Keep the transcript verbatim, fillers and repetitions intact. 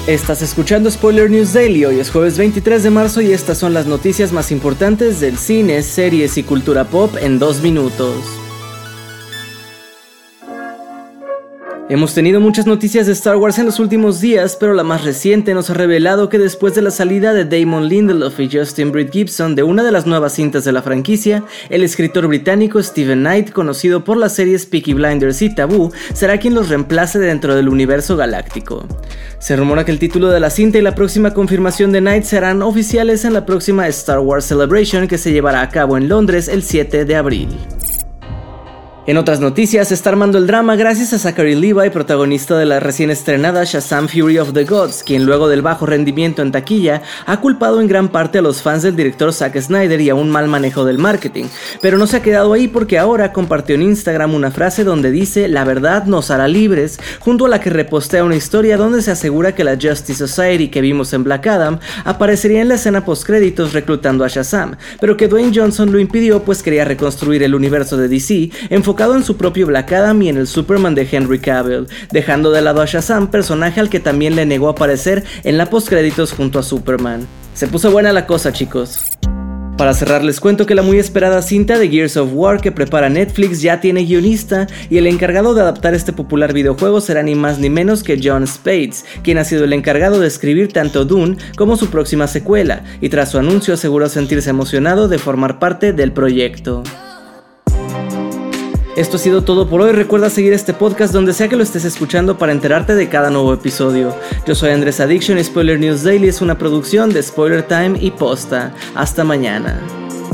Estás escuchando Spoiler News Daily, hoy es jueves veintitrés de marzo y estas son las noticias más importantes del cine, series y cultura pop en dos minutos. Hemos tenido muchas noticias de Star Wars en los últimos días, pero la más reciente nos ha revelado que después de la salida de Damon Lindelof y Justin Britt Gibson de una de las nuevas cintas de la franquicia, el escritor británico Steven Knight, conocido por las series Peaky Blinders y Taboo, será quien los reemplace dentro del universo galáctico. Se rumora que el título de la cinta y la próxima confirmación de Knight serán oficiales en la próxima Star Wars Celebration que se llevará a cabo en Londres el siete de abril. En otras noticias, se está armando el drama gracias a Zachary Levi, protagonista de la recién estrenada Shazam Fury of the Gods, quien luego del bajo rendimiento en taquilla ha culpado en gran parte a los fans del director Zack Snyder y a un mal manejo del marketing, pero no se ha quedado ahí porque ahora compartió en Instagram una frase donde dice "La verdad nos hará libres", junto a la que repostea una historia donde se asegura que la Justice Society que vimos en Black Adam aparecería en la escena postcréditos reclutando a Shazam, pero que Dwayne Johnson lo impidió pues quería reconstruir el universo de D C enfocado enfocado en su propio Black Adam y en el Superman de Henry Cavill, dejando de lado a Shazam, personaje al que también le negó aparecer en la postcréditos junto a Superman. Se puso buena la cosa, chicos. Para cerrar les cuento que la muy esperada cinta de Gears of War que prepara Netflix ya tiene guionista y el encargado de adaptar este popular videojuego será ni más ni menos que Jon Spaihts, quien ha sido el encargado de escribir tanto Dune como su próxima secuela, y tras su anuncio aseguró sentirse emocionado de formar parte del proyecto. Esto ha sido todo por hoy. Recuerda seguir este podcast donde sea que lo estés escuchando para enterarte de cada nuevo episodio. Yo soy Andrés Addiction y Spoiler News Daily es una producción de Spoiler Time y Posta. Hasta mañana.